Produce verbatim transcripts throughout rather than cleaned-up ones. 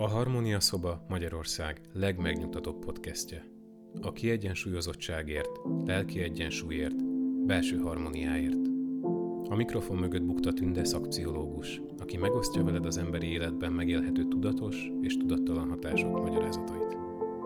A Harmónia Szoba Magyarország legmegnyugtatóbb podcastje. A kiegyensúlyozottságért, lelki egyensúlyért, belső harmóniáért. A mikrofon mögött bukta Tünde szakpszichológus, aki megosztja veled az emberi életben megélhető tudatos és tudattalan hatások magyarázatait.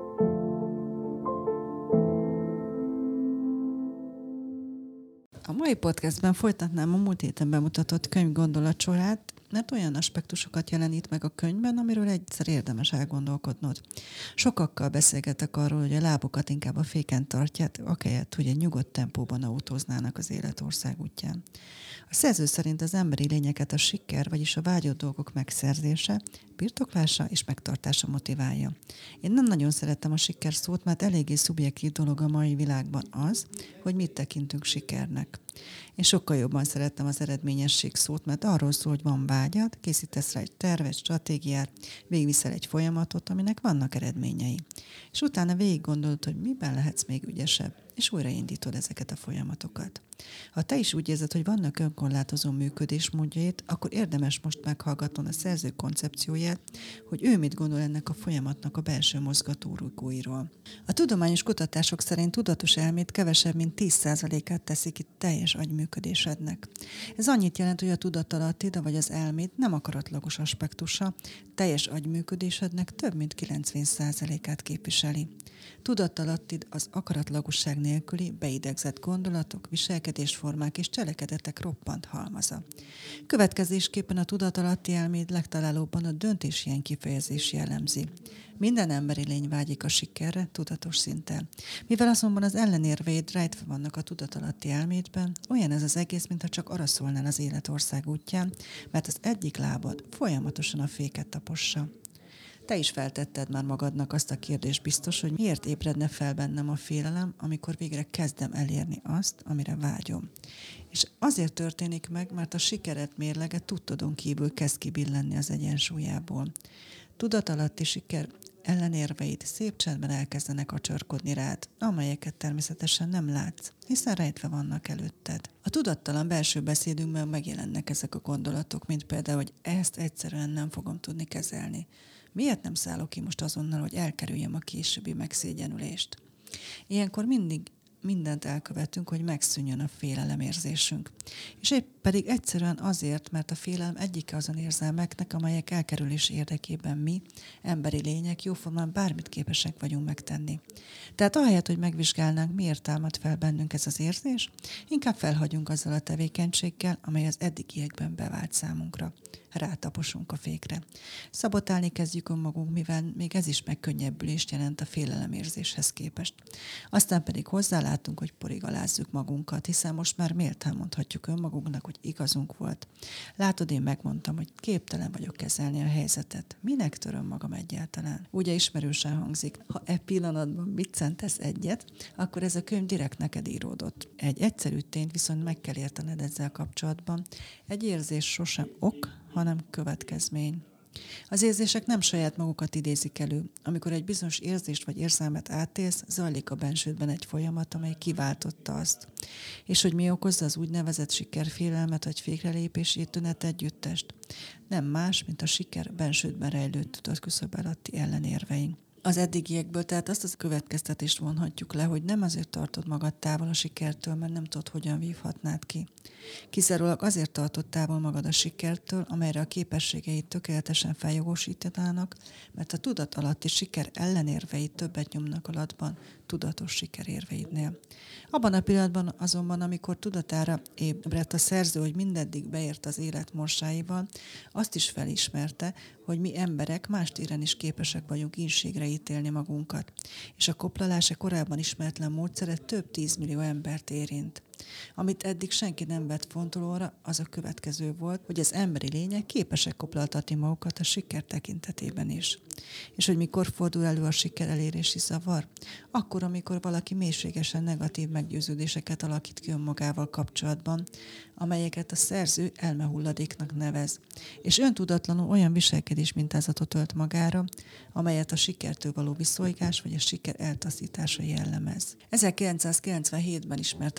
A mai podcastben folytatnám a múlt héten bemutatott könyv gondolatsorát, mert olyan aspektusokat jelenít meg a könyvben, amiről egyszer érdemes elgondolkodnod. Sokakkal beszélgetek arról, hogy a lábukat inkább a féken tartják, akelyett, hogy egy nyugodt tempóban autóznának az élet országútján. A szerző szerint az emberi lényeket a siker, vagyis a vágyott dolgok megszerzése, birtoklása és megtartása motiválja. Én nem nagyon szeretem a siker szót, mert eléggé szubjektív dolog a mai világban az, hogy mit tekintünk sikernek. Én sokkal jobban szerettem az eredményesség szót, mert arról szól, hogy van vágyad, készítesz rá egy tervet, stratégiát, végigviszel egy folyamatot, aminek vannak eredményei. És utána végig gondolod, hogy miben lehetsz még ügyesebb, és újraindítod ezeket a folyamatokat. Ha te is úgy érzed, hogy vannak önkorlátozó működésmódjait, akkor érdemes most meghallgatnod a szerző koncepcióját, hogy ő mit gondol ennek a folyamatnak a belső mozgatórugóiról. A tudományos kutatások szerint tudatos elmét kevesebb, mint tíz százalékát teszik itt teljes agyműködésednek. Ez annyit jelent, hogy a tudatalattid, vagy az elméd nem akaratlagos aspektusa, teljes agyműködésednek több mint kilencven százalékát képviseli. Tudatalattid az akaratlagosság nélküli, beidegzett gondolatok, viselkedésformák és cselekedetek roppant halmaza. Következésképpen a tudatalatti elméd legtalálóbban a döntés ilyen kifejezés jellemzi. Minden emberi lény vágyik a sikerre tudatos szinten. Mivel azonban az ellenérveid rejtve vannak a tudatalatti elmédben, olyan ez az egész, mintha csak arra szólnál az élet országútján, mert az egyik lábad folyamatosan a féket tapossa. Te is feltetted már magadnak azt a kérdést biztos, hogy miért ébredne fel bennem a félelem, amikor végre kezdem elérni azt, amire vágyom. És azért történik meg, mert a sikered mérlege tudtodon kívül kezd kibillenni az egyensúlyából. Tudatalatti siker ellenérveid szép csendben elkezdenek acsarkodni rád, amelyeket természetesen nem látsz, hiszen rejtve vannak előtted. A tudattalan belső beszédünkben megjelennek ezek a gondolatok, mint például, hogy ezt egyszerűen nem fogom tudni kezelni. Miért nem szállok ki most azonnal, hogy elkerüljem a későbbi megszégyenülést? Ilyenkor mindig mindent elkövetünk, hogy megszűnjön a félelemérzésünk. És épp pedig egyszerűen azért, mert a félelem egyike azon érzelmeknek, amelyek elkerülés érdekében mi, emberi lények, jóformán bármit képesek vagyunk megtenni. Tehát ahelyett, hogy megvizsgálnánk, miért támad fel bennünk ez az érzés, inkább felhagyunk azzal a tevékenységgel, amely az eddigiekben bevált számunkra. Rátaposunk a fékre. Szabotálni kezdjük önmagunk, mivel még ez is megkönnyebbülést jelent a félelemérzéshez képest. Aztán pedig hozzálátunk, hogy porigalázzuk magunkat, hiszen most már méltán mondhatjuk önmagunknak, hogy igazunk volt. Látod, én megmondtam, hogy képtelen vagyok kezelni a helyzetet. Minek töröm magam egyáltalán? Ugye ismerősen hangzik. Ha e pillanatban biccentesz egyet, akkor ez a könyv direkt neked íródott. Egy egyszerű tényt viszont meg kell értened ezzel kapcsolatban. Egy érzés sosem ok, hanem következmény. Az érzések nem saját magukat idézik elő. Amikor egy bizonyos érzést vagy érzelmet átélsz, zajlik a bensődben egy folyamat, amely kiváltotta azt. És hogy mi okozza az úgynevezett sikerfélelmet vagy fékrelépési tünet együttest? Nem más, mint a siker bensődben rejlő tudatküszöb alatti ellenérveink. Az eddigiekből tehát azt a következtetést vonhatjuk le, hogy nem azért tartod magad távol a sikertől, mert nem tudod, hogyan vívhatnád ki. Kizárólag azért tartod távol magad a sikertől, amelyre a képességeid tökéletesen feljogosítanának, mert a tudat alatti siker ellenérvei többet nyomnak alatban tudatos sikerérveidnél. Abban a pillanatban azonban, amikor tudatára ébredt a szerző, hogy mindeddig beért az élet morsáival, azt is felismerte, hogy mi emberek más téren is képesek vagyunk ínségre ítélni magunkat, és a koplalás korábban ismeretlen módszere több tízmillió embert érint. Amit eddig senki nem vett fontolóra, az a következő volt, hogy az emberi lények képesek koplaltatni magukat a siker tekintetében is. És hogy mikor fordul elő a siker elérési zavar? Akkor, amikor valaki mélységesen negatív meggyőződéseket alakít ki önmagával kapcsolatban, amelyeket a szerző elmehulladéknak nevez, és öntudatlanul olyan viselkedés mintázatot ölt magára, amelyet a sikertől való viszolygás vagy a siker eltaszítása jellemez. ezerkilencszázkilencvenhétben ismerte fel a szerző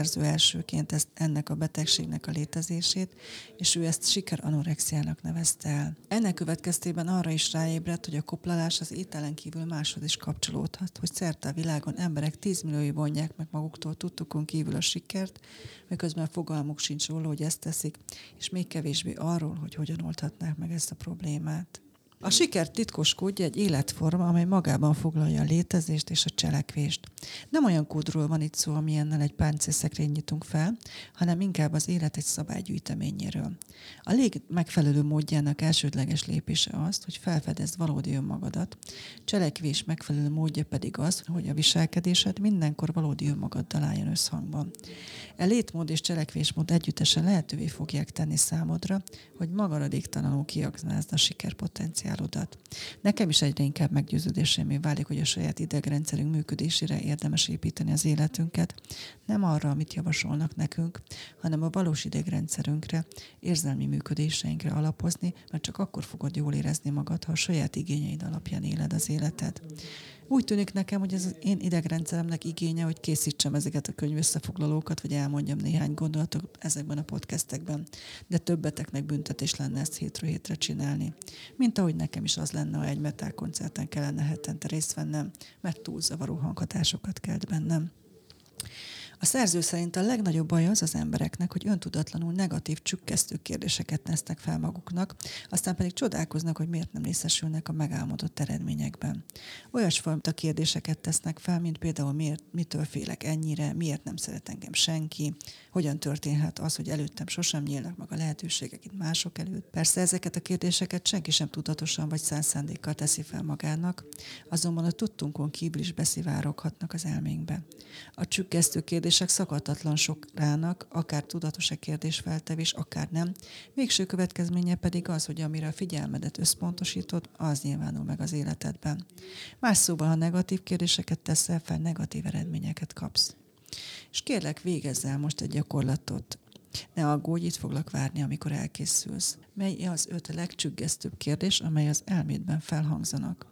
szerző elsőként ezt, ennek a betegségnek a létezését, és ő ezt sikeranorexiának nevezte el. Ennek következtében arra is ráébredt, hogy a koplalás az ételen kívül máshoz is kapcsolódhat, hogy szerte a világon emberek tízmilliói vonják meg maguktól tudtukon kívül a sikert, miközben fogalmuk sincs róla, hogy ezt teszik, és még kevésbé arról, hogy hogyan oldhatnák meg ezt a problémát. A siker titkos kódja egy életforma, amely magában foglalja a létezést és a cselekvést. Nem olyan kódról van itt szó, amilyennel egy páncélszekrényt nyitunk fel, hanem inkább az élet egy szabálygyűjteményéről. A lég megfelelő módjának elsődleges lépése az, hogy felfedezd valódi önmagadat, cselekvés megfelelő módja pedig az, hogy a viselkedésed mindenkor valódi önmagaddal álljon összhangban. E létmód és cselekvésmód együttesen lehetővé fogják tenni számodra, hogy maradéktalanul kiaknázd a sikerpotenciálodat. Nekem is egyre inkább meggyőződésemé válik, hogy a saját idegrendszerünk működésére érdemes építeni az életünket, nem arra, amit javasolnak nekünk, hanem a valós idegrendszerünkre, érzelmi működéseinkre alapozni, mert csak akkor fogod jól érezni magad, ha a saját igényeid alapján éled az életed. Úgy tűnik nekem, hogy ez az én idegrendszeremnek igénye, hogy készítsem ezeket a könyv összefoglalókat, vagy elmondjam néhány gondolatot ezekben a podcastekben. De többeteknek büntetés lenne ezt hétről hétre csinálni. Mint ahogy nekem is az lenne, ha egy metal koncerten kellene hetente részt vennem, mert túl zavaró hanghatásokat kelt bennem. A szerző szerint a legnagyobb baj az az embereknek, hogy öntudatlanul negatív, csükkesztő kérdéseket tesznek fel maguknak, aztán pedig csodálkoznak, hogy miért nem részesülnek a megálmodott eredményekben. Olyasfajta kérdéseket tesznek fel, mint például miért, mitől félek ennyire, miért nem szeret engem senki, hogyan történhet az, hogy előttem sosem nyílnak meg a lehetőségek itt mások előtt. Persze ezeket a kérdéseket senki sem tudatosan vagy száz szándékkal teszi fel magának, azonban a tudtunkon kívül is beszivároghatnak az elménkbe. A csükkesztő kérdések szakadhatatlan sokának, akár tudatos-e kérdésfeltevés, akár nem, végső következménye pedig az, hogy amire a figyelmedet összpontosítod, az nyilvánul meg az életedben. Más szóval, ha negatív kérdéseket teszel fel, negatív eredményeket kapsz. És kérlek, végezz el most egy gyakorlatot. Ne aggódj, itt foglak várni, amikor elkészülsz. Mely az öt legcsüggesztőbb kérdés, amely az elmédben felhangzanak?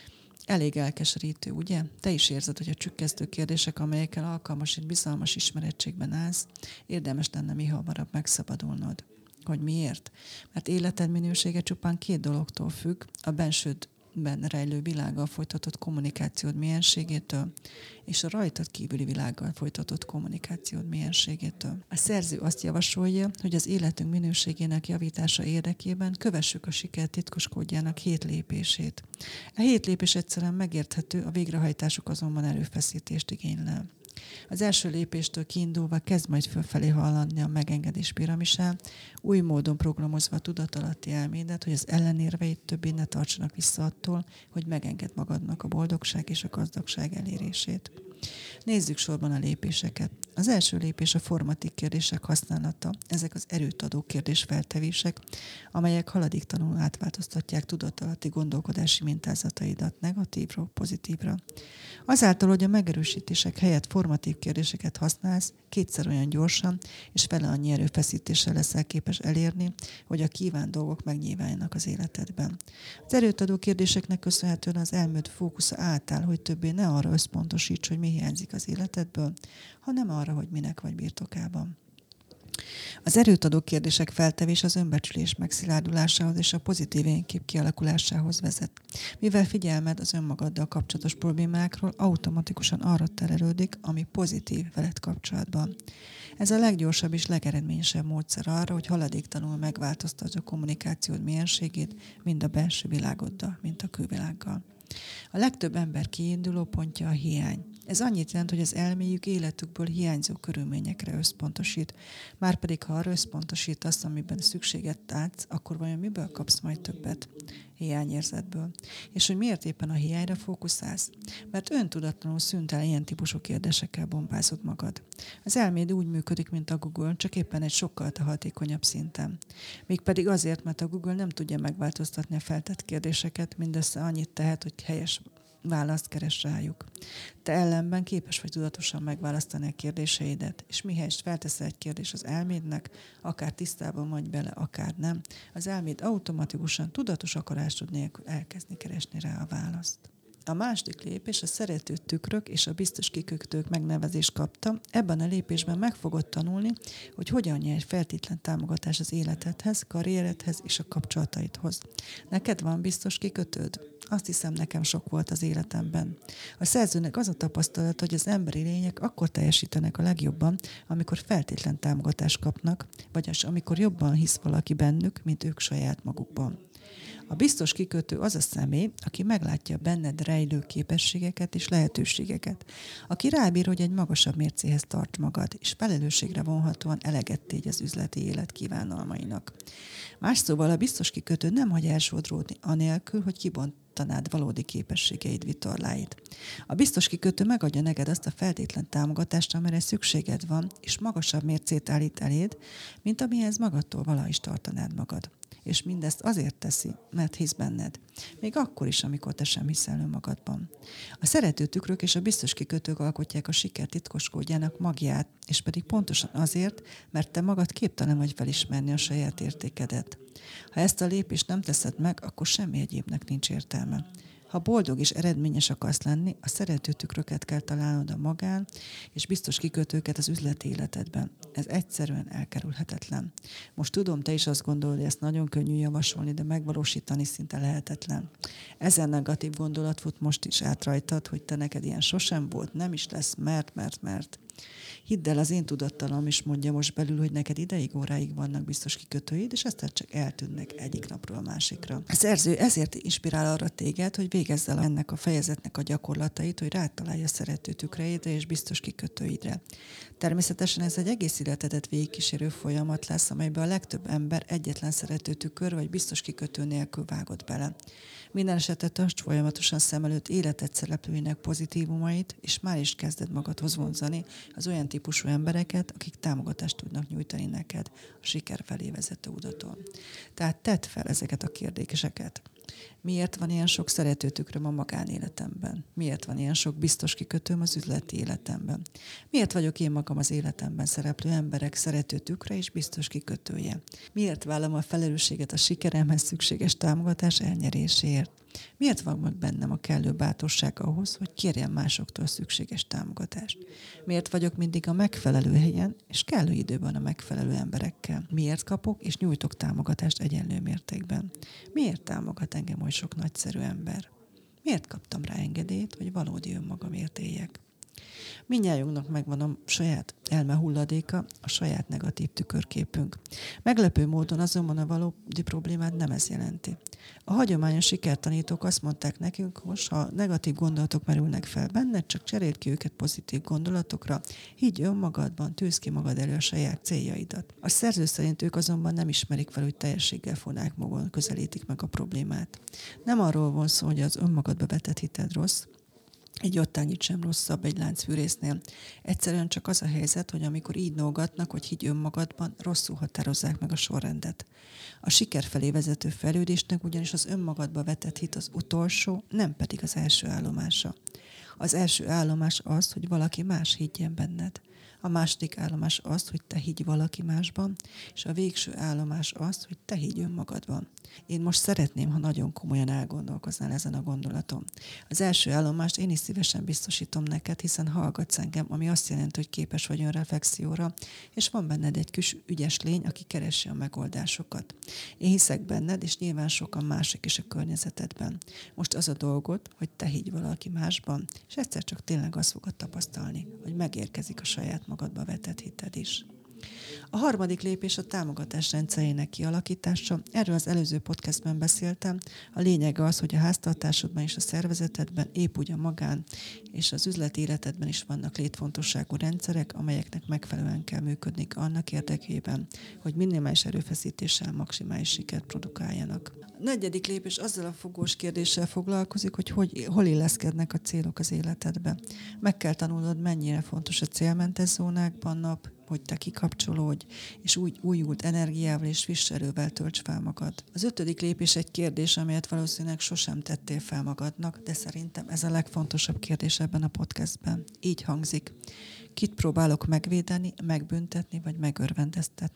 Elég elkeserítő, ugye? Te is érzed, hogy a csükkesztő kérdések, amelyekkel alkalmas és bizalmas ismerettségben állsz, érdemes lenne mi hamarabb megszabadulnod. Hogy miért? Mert életed minősége csupán két dologtól függ, a bensődben rejlő világgal folytatott kommunikációd mienségétől, és a rajtad kívüli világgal folytatott kommunikációd mienségétől. A szerző azt javasolja, hogy az életünk minőségének javítása érdekében kövessük a siker titkos kódjának hét lépését. A hét lépés egyszerűen megérthető, a végrehajtásuk azonban erőfeszítést igényel. Az első lépéstől kiindulva kezd majd fölfelé halladni a megengedés piramisán, új módon programozva a tudatalatti elmédet, hogy az ellenérveid többé ne tartsanak vissza attól, hogy megengedd magadnak a boldogság és a gazdagság elérését. Nézzük sorban a lépéseket. Az első lépés a formatív kérdések használata. Ezek az erőt adó kérdésfeltevések, amelyek haladéktalanul átváltoztatják tudatalatti gondolkodási mintázataidat negatívra, pozitívra. Azáltal, hogy a megerősítések helyett formatív kérdéseket használsz, kétszer olyan gyorsan és fele annyi erőfeszítéssel leszel képes elérni, hogy a kívánt dolgok megnyilvánjanak az életedben. Az erőt adó kérdéseknek köszönhetően az elméd fókusza átáll, hogy többé ne arra összpontosíts, hogy mi hiányzik az életedből, hanem arra, hogy minek vagy birtokában. Az erőt adó kérdések feltevés az önbecsülés megszilárdulásához és a pozitív énkép kialakulásához vezet. Mivel figyelmed az önmagaddal kapcsolatos problémákról automatikusan arra terelődik, ami pozitív veled kapcsolatban. Ez a leggyorsabb és legeredményesebb módszer arra, hogy haladéktalanul megváltoztasd a kommunikációd mienségét, mind a belső világoddal, mint a külvilággal. A legtöbb ember kiinduló pontja a hiány. Ez annyit jelent, hogy az elméjük életükből hiányzó körülményekre összpontosít. Márpedig, ha arra összpontosítasz, amiben szükséget látsz, akkor vajon miből kapsz majd többet? Hiányérzetből. És hogy miért éppen a hiányra fókuszálsz? Mert öntudatlanul szüntel ilyen típusú kérdésekkel bombázod magad. Az elméd úgy működik, mint a Google, csak éppen egy sokkal hatékonyabb szinten. Mégpedig azért, mert a Google nem tudja megváltoztatni a feltett kérdéseket, mindössze annyit tehet, hogy helyes választ keres rájuk. Te ellenben képes vagy tudatosan megválasztani a kérdéseidet, és mihelyest felteszel egy kérdés az elmédnek, akár tisztában vagy bele, akár nem, az elméd automatikusan tudatos akarásod nélkül elkezdi keresni rá a választ. A második lépés a szerető tükrök és a biztos kikötők megnevezést kapta. Ebben a lépésben meg fogod tanulni, hogy hogyan nyerj feltétlen támogatás az életedhez, karrieredhez és a kapcsolataidhoz. Neked van biztos kikötőd? Azt hiszem, nekem sok volt az életemben. A szerzőnek az a tapasztalat, hogy az emberi lények akkor teljesítenek a legjobban, amikor feltétlen támogatást kapnak, vagyis amikor jobban hisz valaki bennük, mint ők saját magukban. A biztos kikötő az a személy, aki meglátja benned rejlő képességeket és lehetőségeket, aki rábír, hogy egy magasabb mércéhez tarts magad, és felelősségre vonhatóan eleget tégy az üzleti élet kívánalmainak. Más szóval a biztos kikötő nem hagy elsodródni anélkül, hogy kibontanád valódi képességeid vitorláit. A biztos kikötő megadja neked azt a feltétlen támogatást, amire szükséged van, és magasabb mércét állít eléd, mint amihez magadtól valaha is tartanád magad. És mindezt azért teszi, mert hisz benned. Még akkor is, amikor te sem hiszel önmagadban. A szerető tükrök és a biztos kikötők alkotják a siker titkos kódjának magját, és pedig pontosan azért, mert te magad képtelen vagy felismerni a saját értékedet. Ha ezt a lépést nem teszed meg, akkor semmi egyébnek nincs értelme. Ha boldog és eredményes akarsz lenni, a szerető tükröket kell találnod a magán, és biztos kikötőket az üzleti életedben. Ez egyszerűen elkerülhetetlen. Most tudom, te is azt gondolod, hogy ezt nagyon könnyű javasolni, de megvalósítani szinte lehetetlen. Ezen negatív gondolat fut most is át rajtad, hogy te neked ilyen sosem volt, nem is lesz, mert, mert, mert. Hidd el, az én tudattalam is mondja most belül, hogy neked ideig, óráig vannak biztos kikötőid, és aztán csak eltűnnek egyik napról a másikra. A szerző ezért inspirál arra téged, hogy végezz el ennek a fejezetnek a gyakorlatait, hogy rátalálj a szerető tükreidre és biztos kikötőidre. Természetesen ez egy egész életedet végigkísérő folyamat lesz, amelyben a legtöbb ember egyetlen szerető tükör vagy biztos kikötő nélkül vágott bele. Minden esetre tartsd folyamatosan szem előtt életed szereplőinek pozitívumait, és már is kezded magadhoz vonzani az olyan típusú embereket, akik támogatást tudnak nyújtani neked a siker felé vezető úton. Tehát tedd fel ezeket a kérdéseket. Miért van ilyen sok szerető tükröm a magánéletemben? Miért van ilyen sok biztos kikötőm az üzleti életemben? Miért vagyok én magam az életemben szereplő emberek szerető tükre és biztos kikötője? Miért vállalom a felelősséget a sikeremhez szükséges támogatás elnyeréséért? Miért van meg bennem a kellő bátorság ahhoz, hogy kérjem másoktól szükséges támogatást? Miért vagyok mindig a megfelelő helyen és kellő időben a megfelelő emberekkel? Miért kapok és nyújtok támogatást egyenlő mértékben? Miért támogat engem oly sok nagyszerű ember? Miért kaptam rá engedélyt, hogy valódi önmagamért éljek? Mindnyájunknak megvan a saját elme hulladéka, a saját negatív tükörképünk. Meglepő módon azonban a valódi problémát nem ez jelenti. A hagyományos sikertanítók azt mondták nekünk, hogy ha negatív gondolatok merülnek fel benned, csak cseréld ki őket pozitív gondolatokra, higgy önmagadban, tűzd ki magad elő a saját céljaidat. A szerző szerint ők azonban nem ismerik fel, hogy teljességgel fonák magon közelítik meg a problémát. Nem arról van szó, hogy az önmagadba vetett hited rossz, egy ottányit sem rosszabb egy láncfűrésznél. Egyszerűen csak az a helyzet, hogy amikor így nógatnak, hogy higgy önmagadban, rosszul határozzák meg a sorrendet. A siker felé vezető fejlődésnek ugyanis az önmagadba vetett hit az utolsó, nem pedig az első állomása. Az első állomás az, hogy valaki más higgyen benned. A második állomás az, hogy te higgy valaki másban, és a végső állomás az, hogy te higgy önmagadban. Én most szeretném, ha nagyon komolyan elgondolkoznál ezen a gondolaton. Az első állomást én is szívesen biztosítom neked, hiszen hallgatsz engem, ami azt jelenti, hogy képes vagy önreflexióra, és van benned egy kis ügyes lény, aki keresi a megoldásokat. Én hiszek benned, és nyilván sokan mások is a környezetedben. Most az a dolgod, hogy te higgy valaki másban, és egyszer csak tényleg azt fogod tapasztalni, hogy megérkezik a saját magadba vetett hited is. A harmadik lépés a támogatás rendszerének kialakítása. Erről az előző podcastben beszéltem. A lényege az, hogy a háztartásodban és a szervezetedben, épp úgy a magán és az üzleti életedben is vannak létfontosságú rendszerek, amelyeknek megfelelően kell működni annak érdekében, hogy minimális erőfeszítéssel maximális sikert produkáljanak. A negyedik lépés azzal a fogós kérdéssel foglalkozik, hogy, hogy hol illeszkednek a célok az életedbe. Meg kell tanulnod, mennyire fontos a célmentes zónákban nap, hogy te kikapcsolódj, és úgy újult energiával és friss erővel tölts fel magad. Az ötödik lépés egy kérdés, amelyet valószínűleg sosem tettél fel magadnak, de szerintem ez a legfontosabb kérdés ebben a podcastben. Így hangzik. Kit próbálok megvédeni, megbüntetni vagy megörvendeztetni?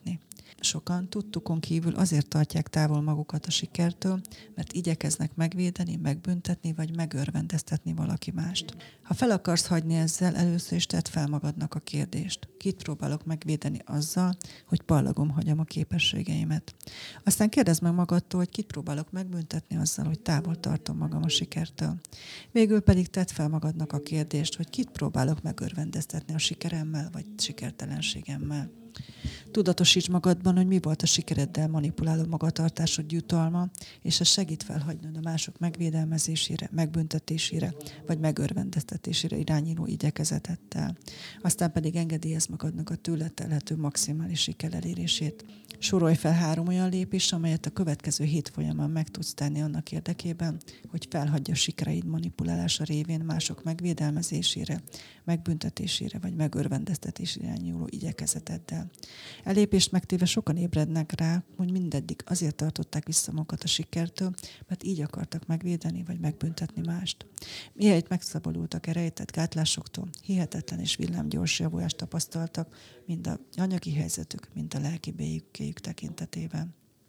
Sokan tudtukon kívül azért tartják távol magukat a sikertől, mert igyekeznek megvédeni, megbüntetni vagy megörvendeztetni valaki mást. Ha fel akarsz hagyni ezzel, először is tedd fel magadnak a kérdést. Kit próbálok megvédeni azzal, hogy pallagom hagyom a képességeimet. Aztán kérdezd meg magadtól, hogy kit próbálok megbüntetni azzal, hogy távol tartom magam a sikertől. Végül pedig tedd fel magadnak a kérdést, hogy kit próbálok megörvendeztetni a sikeremmel vagy sikertelenségemmel. Tudatosíts magadban, hogy mi volt a sikereddel manipuláló magatartásod jutalma, és ez segít felhagynod a mások megvédelmezésére, megbüntetésére, vagy megörvendeztetésére irányuló igyekezetedtel. Aztán pedig engedélyezd magadnak a tőled telhető maximális siker elérését. Sorolj fel három olyan lépést, amelyet a következő hét folyamán meg tudsz tenni annak érdekében, hogy felhagyj a sikereid manipulálása révén mások megvédelmezésére, megbüntetésére vagy megörvendeztetésére irányuló igyekezeteddel. E lépést megtéve sokan ébrednek rá, hogy mindeddig azért tartották vissza magukat a sikertől, mert így akartak megvédeni vagy megbüntetni mást. Mihelyt megszabadultak e rejtett gátlásoktól, hihetetlen és villámgyors javulást tapasztaltak, mind a anyagi helyzetük, mind a lelki békéjük tekintetében.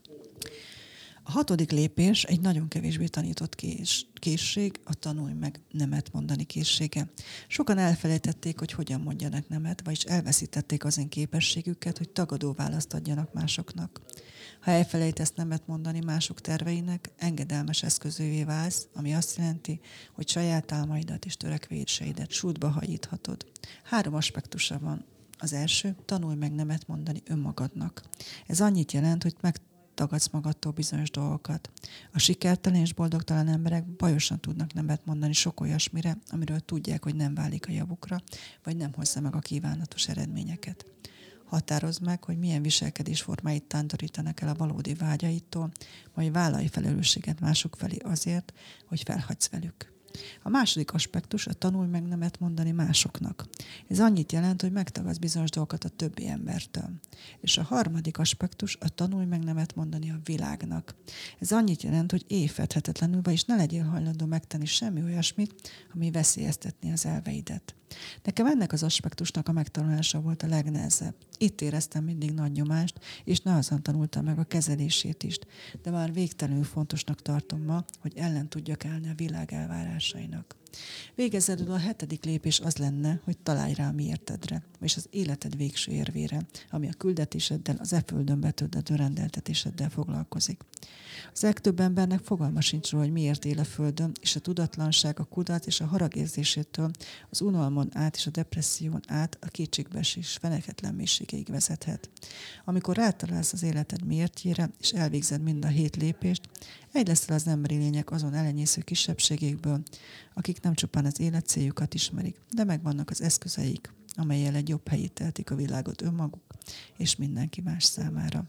A hatodik lépés egy nagyon kevésbé tanított kés, készség, a tanulj meg nemet mondani készsége. Sokan elfelejtették, hogy hogyan mondjanak nemet, vagyis elveszítették az én képességüket, hogy tagadó választ adjanak másoknak. Ha elfelejtesz nemet mondani mások terveinek, engedelmes eszközővé válsz, ami azt jelenti, hogy saját álmaidat és törekvéseidet sútba hajíthatod. Három aspektusa van. Az első, tanulj meg nemet mondani önmagadnak. Ez annyit jelent, hogy meg tagadsz magadtól bizonyos dolgokat. A sikertelen és boldogtalan emberek bajosan tudnak nemet mondani sok olyasmire, amiről tudják, hogy nem válik a javukra, vagy nem hozza meg a kívánatos eredményeket. Határozd meg, hogy milyen viselkedésformáit tántorítanak el a valódi vágyaitól, majd vállalj felelősséget mások felé azért, hogy felhagysz velük. A második aspektus a tanulj meg nemet mondani másoknak. Ez annyit jelent, hogy megtagadsz bizonyos dolgokat a többi embertől. És a harmadik aspektus a tanulj meg nemet mondani a világnak. Ez annyit jelent, hogy élj fedhetetlenül, vagyis ne legyél hajlandó megtenni semmi olyasmit, ami veszélyeztetni az elveidet. Nekem ennek az aspektusnak a megtanulása volt a legnehezebb. Itt éreztem mindig nagy nyomást, és nehezen tanultam meg a kezelését is, de már végtelenül fontosnak tartom ma, hogy ellen tudjak állni a világ elvárásainak. Végezetül a hetedik lépés az lenne, hogy találj rá a miértedre, és az életed végső érvére, ami a küldetéseddel, az e földön betöltött rendeltetéseddel foglalkozik. Az legtöbb embernek fogalma sincs róla, hogy miért él a földön, és a tudatlanság, a kudarc és a haragérzésétől az unalmon át és a depresszión át a kétségbeesés feneketlen mélységeig vezethet. Amikor rátalálsz az életed miértjére, és elvégzed mind a hét lépést, egy leszel az emberi lények azon elenyésző kisebbségekből, akik nem csupán az élet céljukat ismerik, de megvannak az eszközeik, amellyel egy jobb helyét tehetik a világot önmaguk és mindenki más számára.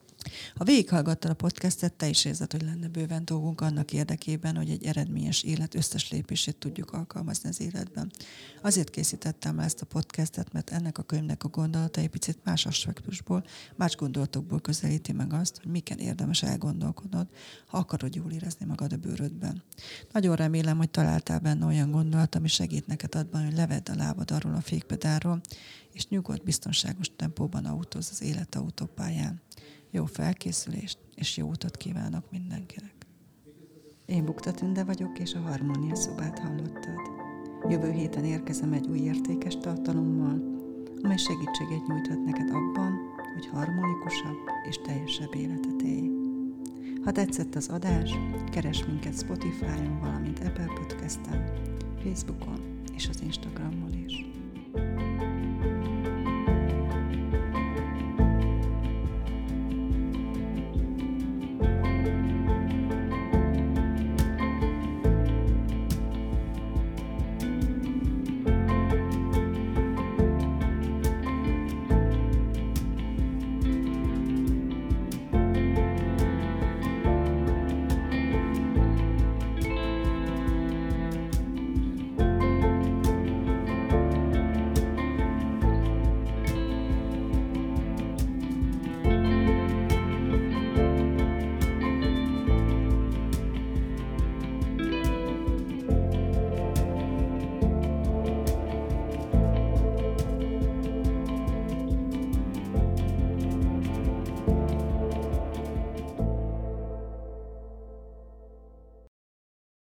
Ha végighallgattad a podcastet, te is érzed, hogy lenne bőven dolgunk annak érdekében, hogy egy eredményes élet összes lépését tudjuk alkalmazni az életben. Azért készítettem el ezt a podcastet, mert ennek a könyvnek a gondolata egy picit más aspektusból, más gondolatokból közelíti meg azt, hogy miken érdemes elgondolkodnod, ha akarod jól érezni magad a bőrödben. Nagyon remélem, hogy találtál benne olyan gondolat, ami segít neked abban, hogy levedd a lábad arról a fékpedálról, és nyugodt, biztonságos tempóban autóz az élet autópályán. Jó felkészülést, és jó utat kívánok mindenkinek. Én Bukta Tünde vagyok, és a Harmónia Szobát hallottad. Jövő héten érkezem egy új értékes tartalommal, amely segítséget nyújthat neked abban, hogy harmonikusabb és teljesebb életet élj. Ha tetszett az adás, keresd minket Spotify-on, valamint Apple Podcast-en, Facebookon és az Instagramon is.